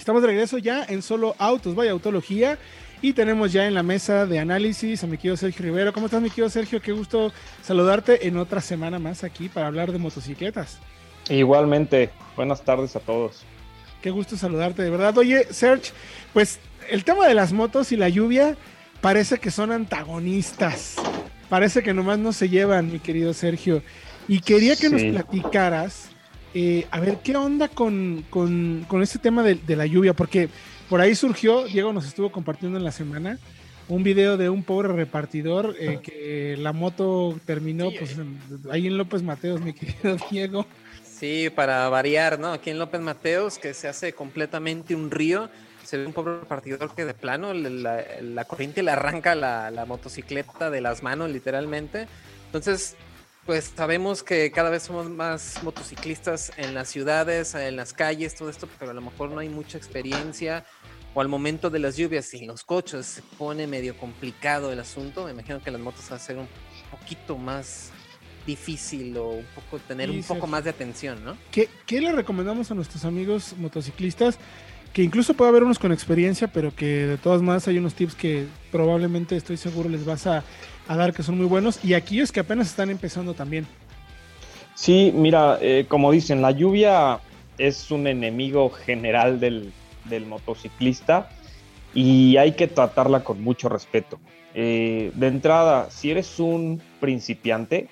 Estamos de regreso ya en Solo Autos, vaya Autología, y tenemos ya en la mesa de análisis a mi querido Sergio Rivero. ¿Cómo estás, mi querido Sergio? Qué gusto saludarte en otra semana más aquí para hablar de motocicletas. Igualmente, buenas tardes a todos. Qué gusto saludarte, de verdad. Oye, Serge, pues el tema de las motos y la lluvia parece que son antagonistas. Parece que nomás no se llevan, mi querido Sergio. Y quería que nos Sí, platicaras, a ver, ¿qué onda con este tema de la lluvia? Porque por ahí surgió, Diego nos estuvo compartiendo en la semana, un video de un pobre repartidor que la moto terminó Sí, pues ahí en López Mateos, mi querido Diego. sí, para variar, ¿no? Aquí en López Mateos, que se hace completamente un río, se ve un pobre partidor que de plano la corriente le arranca la motocicleta de las manos, literalmente. Entonces, pues sabemos que cada vez somos más motociclistas en las ciudades, en las calles, todo esto, pero a lo mejor no hay mucha experiencia. O al momento de las lluvias y los coches se pone medio complicado el asunto. Me imagino que las motos va a ser un poquito más difícil o un poco tener Sí, un poco Sergio. más de atención, ¿no? ¿Qué le recomendamos a nuestros amigos motociclistas? Que incluso puede haber unos con experiencia, pero que de todas maneras hay unos tips que probablemente estoy seguro les vas a dar que son muy buenos. Y aquellos que apenas están empezando también. sí, mira, como dicen, la lluvia es un enemigo general del motociclista y hay que tratarla con mucho respeto. De entrada, si eres un principiante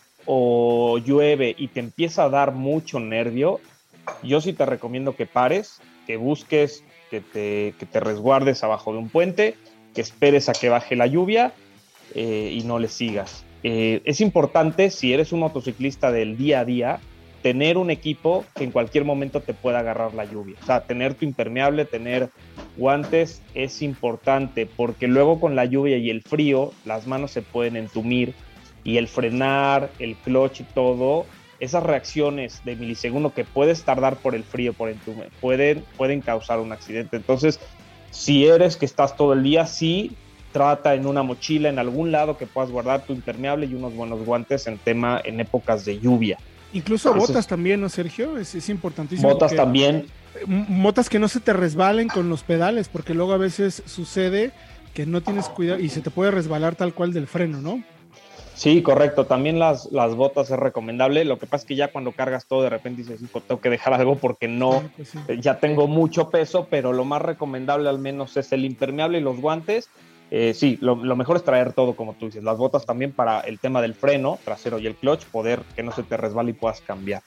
o llueve y te empieza a dar mucho nervio, yo sí te recomiendo que pares, que busques, que te resguardes abajo de un puente, que esperes a que baje la lluvia y no le sigas. Es importante, si eres un motociclista del día a día, tener un equipo que en cualquier momento te pueda agarrar la lluvia. O sea, tener tu impermeable, tener guantes es importante porque luego con la lluvia y el frío las manos se pueden entumir y el frenar, el clutch y todo, esas reacciones de milisegundo que puedes tardar por el frío, por entume, pueden causar un accidente. Entonces, si eres que estás todo el día, sí, trata en una mochila, en algún lado que puedas guardar tu impermeable y unos buenos guantes en épocas de lluvia. Incluso Eso botas es, también, ¿no, Sergio? Es importantísimo botas porque también. botas que no se te resbalen con los pedales, porque luego a veces sucede que no tienes cuidado y se te puede resbalar tal cual del freno, ¿no? Sí, correcto. También las botas es recomendable. Lo que pasa es que ya cuando cargas todo, de repente dices, hijo, tengo que dejar algo porque no, Sí, pues sí. ya tengo mucho peso, pero lo más recomendable al menos es el impermeable y los guantes. Sí, lo mejor es traer todo, como tú dices. Las botas también para el tema del freno trasero y el clutch, poder que no se te resbale y puedas cambiar.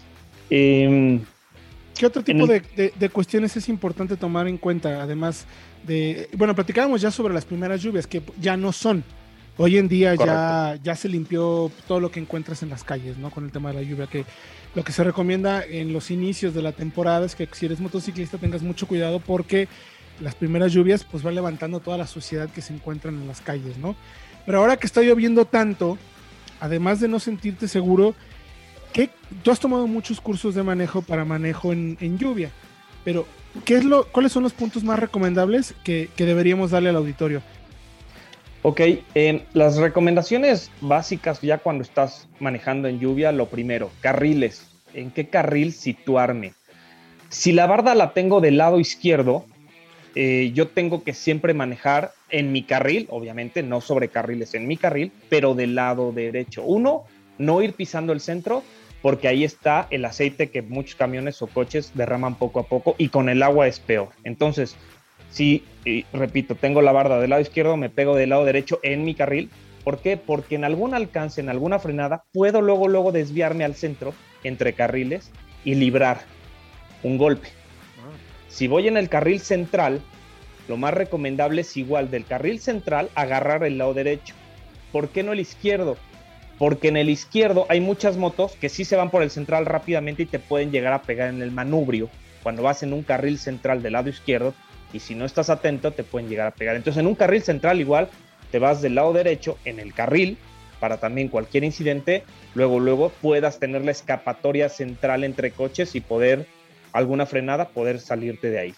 Eh, ¿Qué otro en tipo el, de cuestiones es importante tomar en cuenta? Además de, bueno, platicábamos ya sobre las primeras lluvias, que ya no son. Hoy en día correcto. ya se limpió todo lo que encuentras en las calles, ¿no? Con el tema de la lluvia, que lo que se recomienda en los inicios de la temporada es que si eres motociclista tengas mucho cuidado porque las primeras lluvias pues van levantando toda la suciedad que se encuentran en las calles, ¿no? Pero ahora que está lloviendo tanto, además de no sentirte seguro, tú has tomado muchos cursos de manejo para manejo en lluvia, pero ¿cuáles son los puntos más recomendables que deberíamos darle al auditorio? Ok, las recomendaciones básicas ya cuando estás manejando en lluvia, lo primero, carriles. ¿En qué carril situarme? Si la barda la tengo del lado izquierdo, yo tengo que siempre manejar en mi carril, obviamente, no sobre carriles, en mi carril, pero del lado derecho. Uno, no ir pisando el centro, porque ahí está el aceite que muchos camiones o coches derraman poco a poco y con el agua es peor. Entonces, si, repito, tengo la barda del lado izquierdo, me pego del lado derecho en mi carril. ¿Por qué? Porque en algún alcance, en alguna frenada, puedo luego desviarme al centro, entre carriles, y librar un golpe. Si voy en el carril central, lo más recomendable es igual del carril central agarrar el lado derecho. ¿Por qué no el izquierdo? Porque en el izquierdo hay muchas motos que sí se van por el central rápidamente y te pueden llegar a pegar en el manubrio cuando vas en un carril central del lado izquierdo y si no estás atento te pueden llegar a pegar. Entonces en un carril central igual te vas del lado derecho en el carril para también cualquier incidente, luego puedas tener la escapatoria central entre coches y poder alguna frenada, poder salirte de ahí.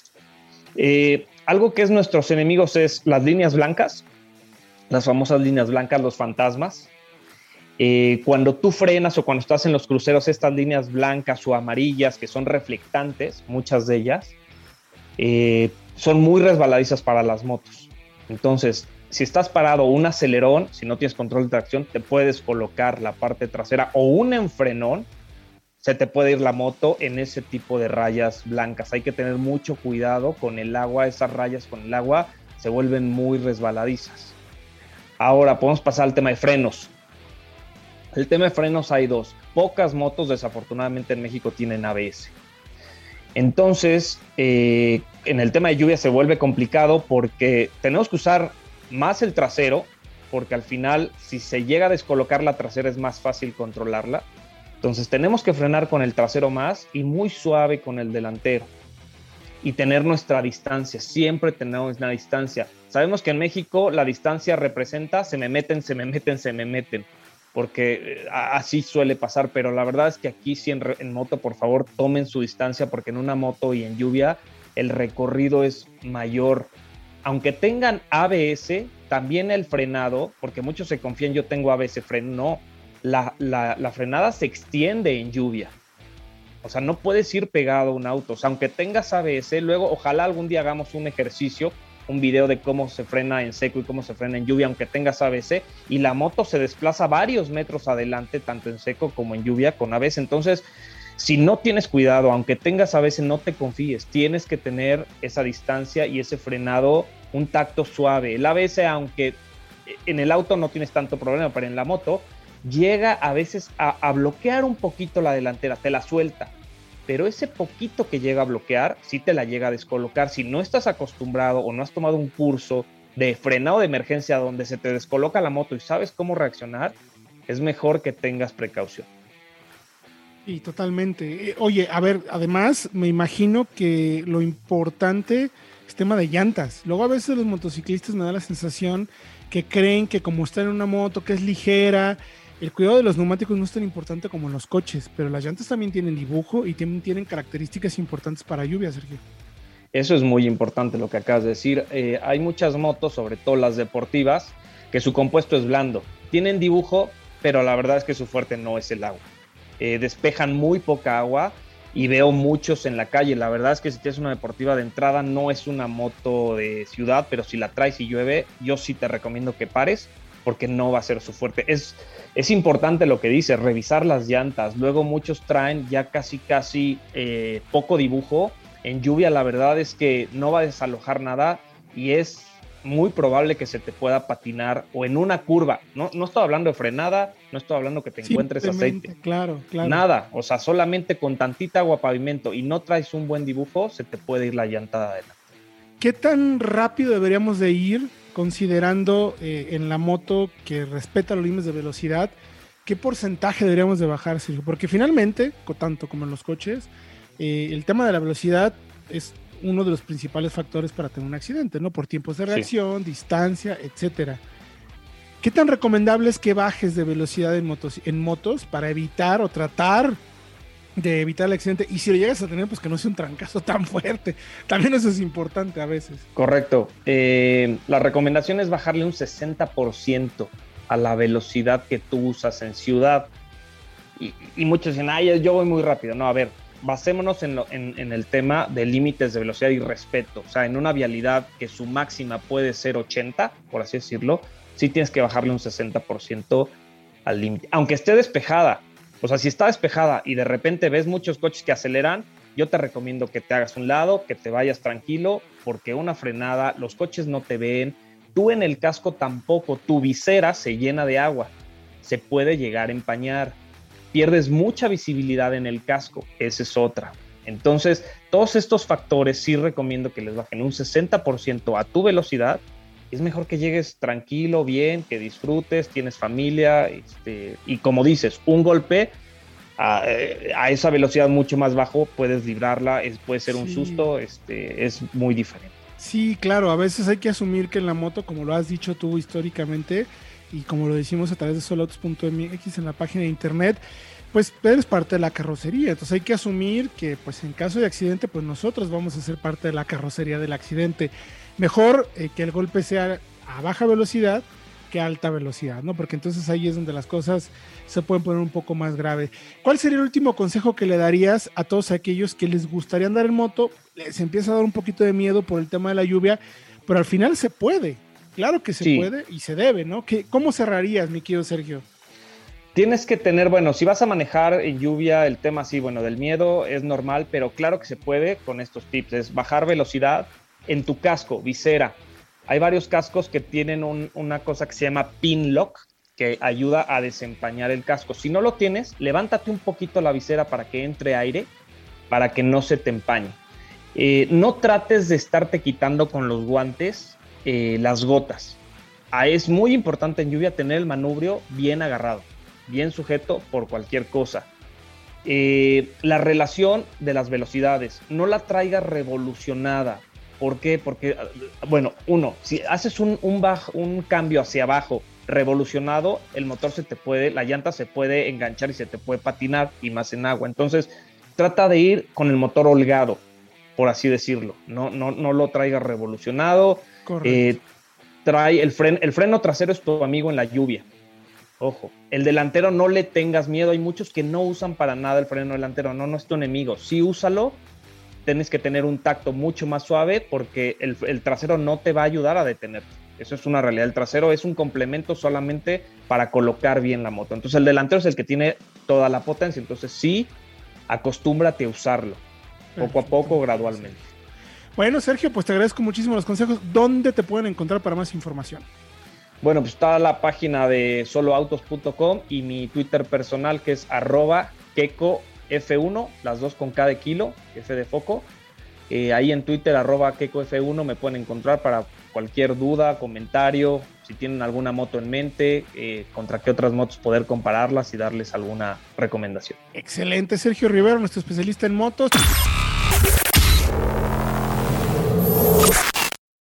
Algo que es nuestros enemigos es las líneas blancas, las famosas líneas blancas, los fantasmas. Cuando tú frenas o cuando estás en los cruceros, estas líneas blancas o amarillas que son reflectantes, muchas de ellas, son muy resbaladizas para las motos. Entonces, si estás parado un acelerón, si no tienes control de tracción, te puedes colocar la parte trasera o un enfrenón, se te puede ir la moto en ese tipo de rayas blancas. Hay que tener mucho cuidado con el agua, esas rayas con el agua se vuelven muy resbaladizas. Ahora podemos pasar al tema de frenos. El tema de frenos hay dos. Pocas motos desafortunadamente en México tienen ABS. Entonces, en el tema de lluvia se vuelve complicado porque tenemos que usar más el trasero, porque al final si se llega a descolocar la trasera es más fácil controlarla. Entonces tenemos que frenar con el trasero más y muy suave con el delantero. Y tener nuestra distancia, siempre tenemos una distancia. Sabemos que en México la distancia representa se me meten, porque así suele pasar, pero la verdad es que aquí sí en moto, por favor, tomen su distancia, porque en una moto y en lluvia el recorrido es mayor. Aunque tengan ABS, también el frenado, porque muchos se confían, yo tengo ABS, freno, no. La frenada se extiende en lluvia. O sea, no puedes ir pegado a un auto. O sea, aunque tengas ABS, luego ojalá algún día hagamos un ejercicio, un video de cómo se frena en seco y cómo se frena en lluvia, aunque tengas ABS, y la moto se desplaza varios metros adelante, tanto en seco como en lluvia con ABS. Entonces, si no tienes cuidado, aunque tengas ABS, no te confíes. Tienes que tener esa distancia y ese frenado, un tacto suave. El ABS, aunque en el auto no tienes tanto problema, pero en la moto llega a veces a bloquear un poquito la delantera, te la suelta, pero ese poquito que llega a bloquear, sí te la llega a descolocar. Si no estás acostumbrado o no has tomado un curso de frenado de emergencia donde se te descoloca la moto y sabes cómo reaccionar, es mejor que tengas precaución. Sí, totalmente. Oye, a ver, además me imagino que lo importante es tema de llantas. Luego a veces los motociclistas me da la sensación que creen que como están en una moto que es ligera, el cuidado de los neumáticos no es tan importante como en los coches, pero las llantas también tienen dibujo y también tienen características importantes para lluvia, Sergio. Eso es muy importante lo que acabas de decir. Hay muchas motos, sobre todo las deportivas, que su compuesto es blando. Tienen dibujo, pero la verdad es que su fuerte no es el agua. Despejan muy poca agua y veo muchos en la calle. La verdad es que si tienes una deportiva de entrada, no es una moto de ciudad, pero si la traes y llueve, yo sí te recomiendo que pares, porque no va a ser su fuerte. Es importante lo que dice, revisar las llantas. Luego muchos traen ya casi poco dibujo. En lluvia la verdad es que no va a desalojar nada y es muy probable que se te pueda patinar o en una curva. No estoy hablando de frenada, no estoy hablando que te encuentres aceite. Claro. Nada, o sea, solamente con tantita agua pavimento y no traes un buen dibujo, se te puede ir la llanta de adelante. ¿Qué tan rápido deberíamos de ir considerando en la moto que respeta los límites de velocidad? ¿Qué porcentaje deberíamos de bajar, Sergio? Porque finalmente, tanto como en los coches, el tema de la velocidad es uno de los principales factores para tener un accidente, ¿no? Por tiempos de reacción, sí, distancia, etcétera. ¿Qué tan recomendable es que bajes de velocidad en motos para evitar o tratar de evitar el accidente? Y si lo llegas a tener, pues que no sea un trancazo tan fuerte. También eso es importante a veces. Correcto. La recomendación es bajarle un 60% a la velocidad que tú usas en ciudad. Y muchos dicen, yo voy muy rápido. No, a ver, basémonos en el tema de límites de velocidad y respeto. O sea, en una vialidad que su máxima puede ser 80, por así decirlo, sí tienes que bajarle un 60% al límite. Aunque esté despejada. O sea, si está despejada y de repente ves muchos coches que aceleran, yo te recomiendo que te hagas un lado, que te vayas tranquilo, porque una frenada, los coches no te ven, tú en el casco tampoco, tu visera se llena de agua, se puede llegar a empañar, pierdes mucha visibilidad en el casco, esa es otra. Entonces, todos estos factores sí recomiendo que les bajen un 60% a tu velocidad. Es mejor que llegues tranquilo, bien, que disfrutes, tienes familia, y como dices, un golpe a esa velocidad mucho más bajo puedes librarla, puede ser un susto, es muy diferente. Sí, claro, a veces hay que asumir que en la moto, como lo has dicho tú históricamente, y como lo decimos a través de soloautos.mx en la página de internet, pues eres parte de la carrocería. Entonces hay que asumir que pues en caso de accidente, pues nosotros vamos a ser parte de la carrocería del accidente. Mejor que el golpe sea a baja velocidad, que a alta velocidad, ¿no? Porque entonces ahí es donde las cosas se pueden poner un poco más graves. ¿Cuál sería el último consejo que le darías a todos aquellos que les gustaría andar en moto? Les empieza a dar un poquito de miedo por el tema de la lluvia, pero al final se puede. Claro que se puede y se debe, ¿no? ¿Cómo cerrarías, mi querido Sergio? Tienes que tener, bueno, si vas a manejar en lluvia, el tema sí, bueno, del miedo es normal, pero claro que se puede con estos tips. Es bajar velocidad en tu casco, visera. Hay varios cascos que tienen una cosa que se llama pin lock, que ayuda a desempañar el casco. Si no lo tienes, levántate un poquito la visera para que entre aire, para que no se te empañe. No trates de estarte quitando con los guantes las gotas. Es muy importante en lluvia tener el manubrio bien agarrado, bien sujeto por cualquier cosa. La relación de las velocidades, no la traigas revolucionada. ¿Por qué? Porque, bueno, si haces un cambio hacia abajo revolucionado, el motor la llanta se puede enganchar y se te puede patinar, y más en agua. Entonces, trata de ir con el motor holgado, por así decirlo. No lo traigas revolucionado. Trae el freno trasero es tu amigo en la lluvia. Ojo, el delantero no le tengas miedo. Hay muchos que no usan para nada el freno delantero. No es tu enemigo. Sí, úsalo. Tienes que tener un tacto mucho más suave porque el trasero no te va a ayudar a detenerte. Eso es una realidad. El trasero es un complemento solamente para colocar bien la moto. Entonces el delantero es el que tiene toda la potencia. Entonces sí, acostúmbrate a usarlo. Poco a poco, gradualmente. Bueno, Sergio, pues te agradezco muchísimo los consejos. ¿Dónde te pueden encontrar para más información? Bueno, pues está la página de soloautos.com y mi Twitter personal que es @kekov1, las dos con K de kilo, F de foco. Ahí en Twitter, @kekov1 me pueden encontrar para cualquier duda, comentario, si tienen alguna moto en mente, contra qué otras motos poder compararlas y darles alguna recomendación. Excelente, Sergio Rivero, nuestro especialista en motos.